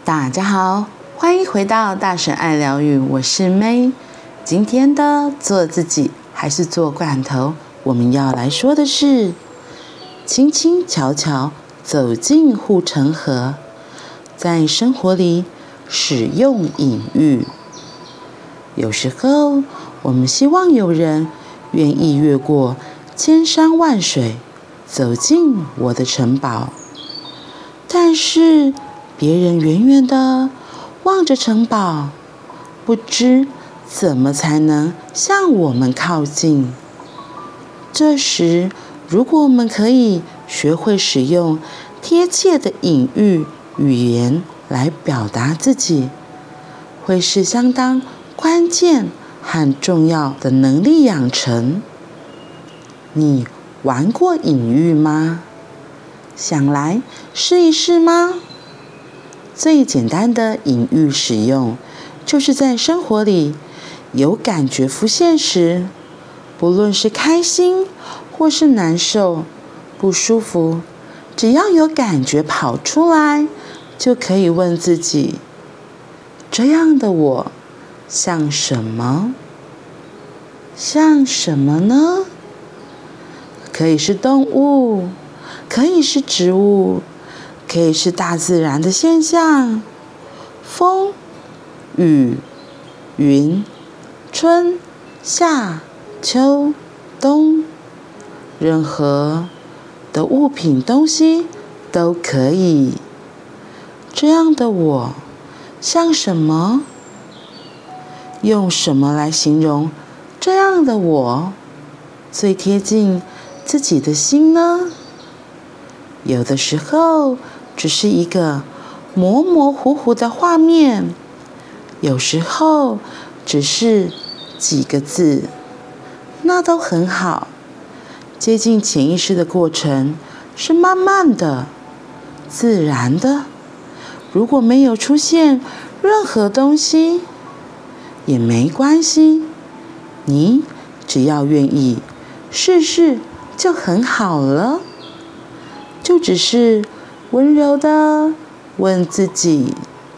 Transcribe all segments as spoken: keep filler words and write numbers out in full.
大家好，欢迎回到大神爱疗愈，我是 May。今天的做自己还是做罐头，我们要来说的是轻轻巧巧走进护城河，在生活里使用隐喻。有时候我们希望有人愿意越过千山万水走进我的城堡，但是别人远远地望着城堡，不知怎么才能向我们靠近。这时，如果我们可以学会使用贴切的隐喻语言来表达自己，会是相当关键和重要的能力养成。你玩过隐喻吗？想来试一试吗？最简单的隐喻使用，就是在生活里有感觉浮现时，不论是开心或是难受、不舒服，只要有感觉跑出来，就可以问自己：这样的我像什么？像什么呢？可以是动物，可以是植物，可以是大自然的现象，风、雨、云、春、夏、秋、冬，任何的物品东西都可以。这样的我像什么？用什么来形容这样的我最贴近自己的心呢？有的时候只是一个模模糊糊的画面，有时候只是几个字，那都很好。接近潜意识的过程是慢慢的、自然的。如果没有出现任何东西，也没关系，你只要愿意试试就很好了。就只是温柔的问自己：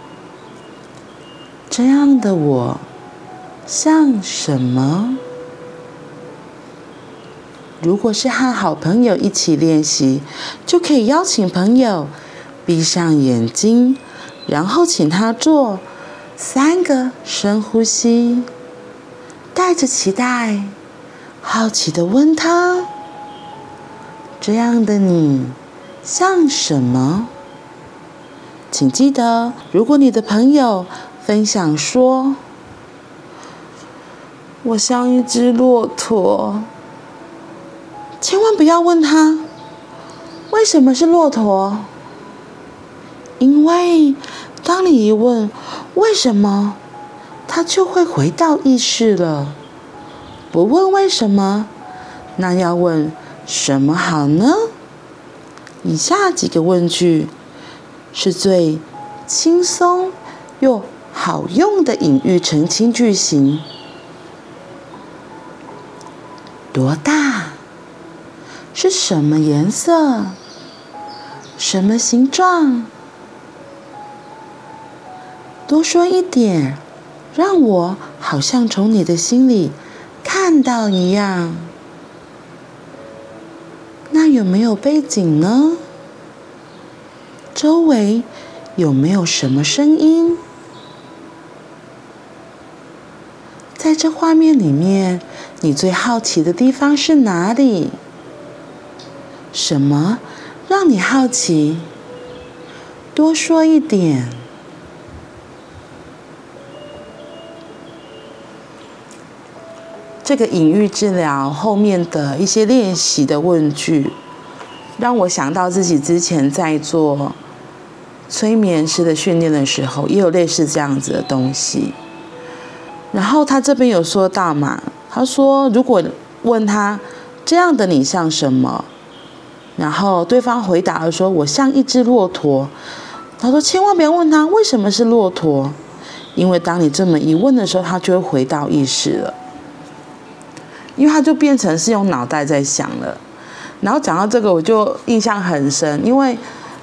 这样的我像什么？如果是和好朋友一起练习，就可以邀请朋友闭上眼睛，然后请他做三个深呼吸，带着期待、好奇的问他：这样的你像什么？请记得，如果你的朋友分享说：我像一只骆驼，千万不要问他为什么是骆驼，因为当你一问为什么，他就会回到意识了。不问为什么，那要问什么好呢？以下几个问句是最轻松又好用的隐喻澄清句型。多大？是什么颜色？什么形状？多说一点，让我好像从你的心里看到一样。那有没有背景呢？周围有没有什么声音？在这画面里面，你最好奇的地方是哪里？什么让你好奇？多说一点。这个隐喻治疗后面的一些练习的问句，让我想到自己之前在做催眠师的训练的时候，也有类似这样子的东西。然后他这边有说到嘛，他说如果问他这样的你像什么，然后对方回答了说我像一只骆驼，他说千万不要问他为什么是骆驼，因为当你这么一问的时候，他就会回到意识了，因为他就变成是用脑袋在想了。然后讲到这个我就印象很深，因为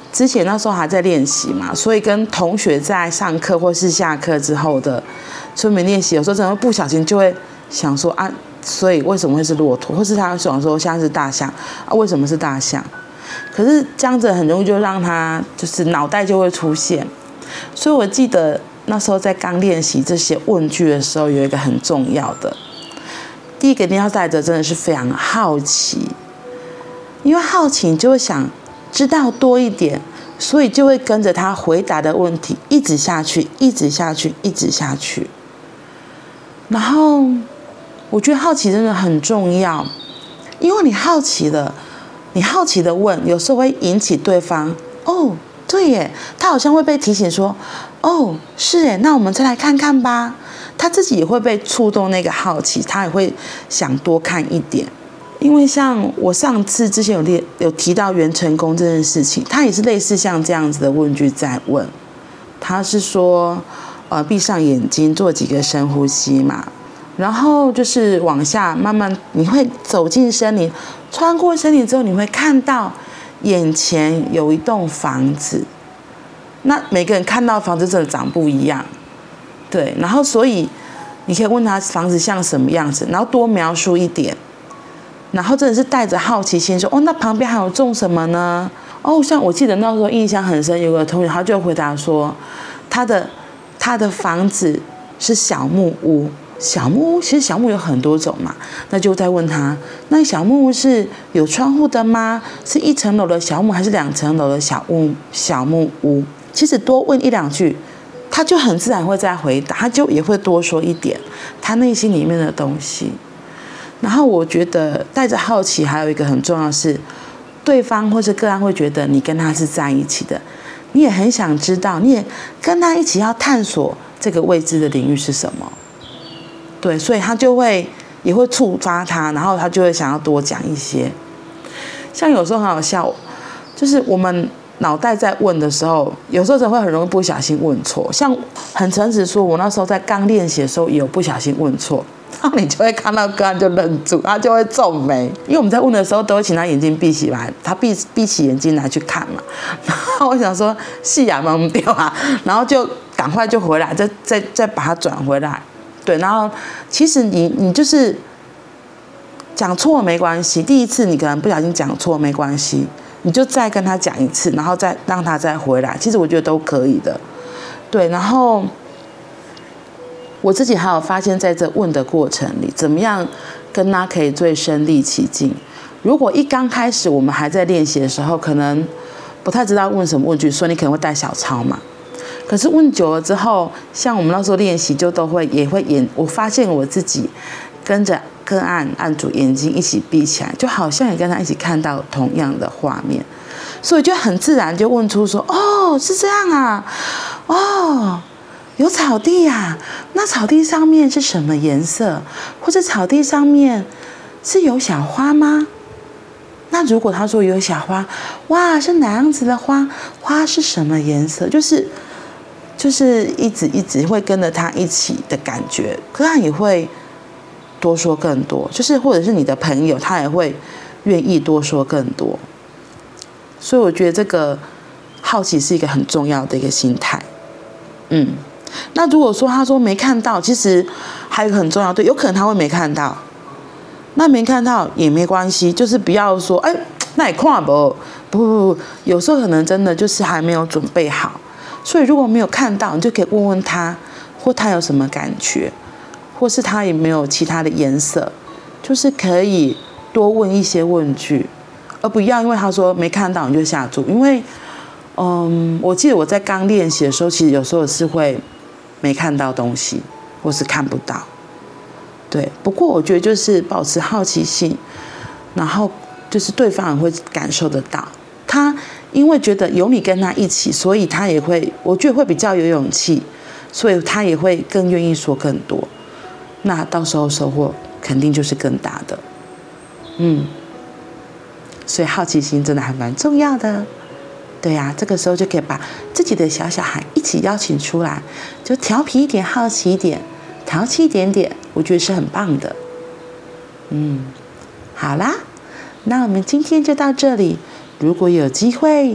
之前那时候还在练习嘛，所以跟同学在上课或是下课之后的村民练习，有时候真的不小心就会想说啊，所以为什么会是骆驼，或是他想说现在是大象啊，为什么是大象？可是这样子很容易就让他就是脑袋就会出现。所以我记得那时候在刚练习这些问句的时候，有一个很重要的，第一个你要带着真的是非常好奇，因为好奇你就会想知道多一点，所以就会跟着他回答的问题一直下去，一直下去，一直下去。然后我觉得好奇真的很重要，因为你好奇了，你好奇的问，有时候会引起对方，哦，对耶，他好像会被提醒说，哦，是耶，那我们再来看看吧。他自己也会被触动那个好奇，他也会想多看一点。因为像我上次之前有列有提到元成功这件事情，他也是类似像这样子的问句在问，他是说，呃，闭上眼睛做几个深呼吸嘛，然后就是往下慢慢，你会走进森林，穿过森林之后，你会看到眼前有一栋房子。那每个人看到房子真的长不一样，对，然后所以你可以问他房子像什么样子，然后多描述一点。然后真的是带着好奇心说，哦，那旁边还有种什么呢？哦，像我记得那时候印象很深，有个同学他就回答说，他的他的房子是小木屋。小木屋其实小木有很多种嘛，那就再问他，那小木屋是有窗户的吗？是一层楼的小木还是两层楼的小屋小木屋？其实多问一两句，他就很自然会再回答，他就也会多说一点他内心里面的东西。然后我觉得带着好奇还有一个很重要的是，对方或是个案会觉得你跟他是在一起的，你也很想知道，你也跟他一起要探索这个未知的领域是什么。对，所以他就会也会触发他，然后他就会想要多讲一些。像有时候很好笑，就是我们脑袋在问的时候，有时候真的会很容易不小心问错。像很诚实说，我那时候在刚练习的时候也有不小心问错，然后你就会看到个案就愣住，他就会皱眉，因为我们在问的时候都会请他眼睛闭起来，他闭闭起眼睛来去看嘛。然后我想说是呀，懵掉啊，然后就赶快就回来，再再再把它转回来。对，然后其实你你就是讲错没关系，第一次你可能不小心讲错没关系，你就再跟他讲一次，然后再让他再回来，其实我觉得都可以的。对，然后我自己还有发现在这问的过程里，怎么样跟他可以最身临其境。如果一刚开始我们还在练习的时候，可能不太知道问什么问句，所以你可能会带小抄嘛。可是问久了之后，像我们那时候练习就都会也会演，我发现我自己跟着个案案主眼睛一起闭起来，就好像也跟他一起看到同样的画面，所以就很自然就问出说，哦，是这样啊，哦，有草地啊，那草地上面是什么颜色？或者草地上面是有小花吗？那如果他说有小花，哇，是哪样子的花？花是什么颜色？就是就是一直一直会跟着他一起的感觉，个案也会多说更多，就是或者是你的朋友，他也会愿意多说更多。所以我觉得这个好奇是一个很重要的一个心态。嗯，那如果说他说没看到，其实还有一个很重要，对，有可能他会没看到，那没看到也没关系，就是不要说，哎，那也看不，不不不，有时候可能真的就是还没有准备好。所以如果没有看到，你就可以问问他，或他有什么感觉，或是他有没有其他的颜色，就是可以多问一些问句，而不要因为他说没看到你就下注。因为，嗯，我记得我在刚练习的时候，其实有时候是会没看到东西，或是看不到。对，不过我觉得就是保持好奇心，然后就是对方也会感受得到，他因为觉得有你跟他一起，所以他也会，我觉得会比较有勇气，所以他也会更愿意说更多。那到时候收获肯定就是更大的。嗯，所以好奇心真的还蛮重要的。对呀、啊，这个时候就可以把自己的小小孩一起邀请出来，就调皮一点，好奇一点，淘气一点点，我觉得是很棒的。嗯，好啦，那我们今天就到这里。如果有机会，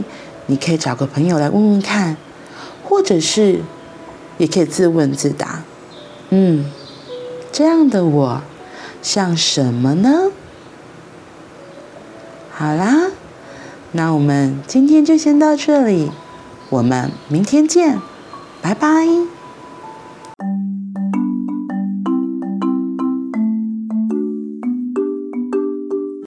你可以找个朋友来问问看，或者是也可以自问自答。嗯，这样的我像什么呢？好啦，那我们今天就先到这里，我们明天见，拜拜。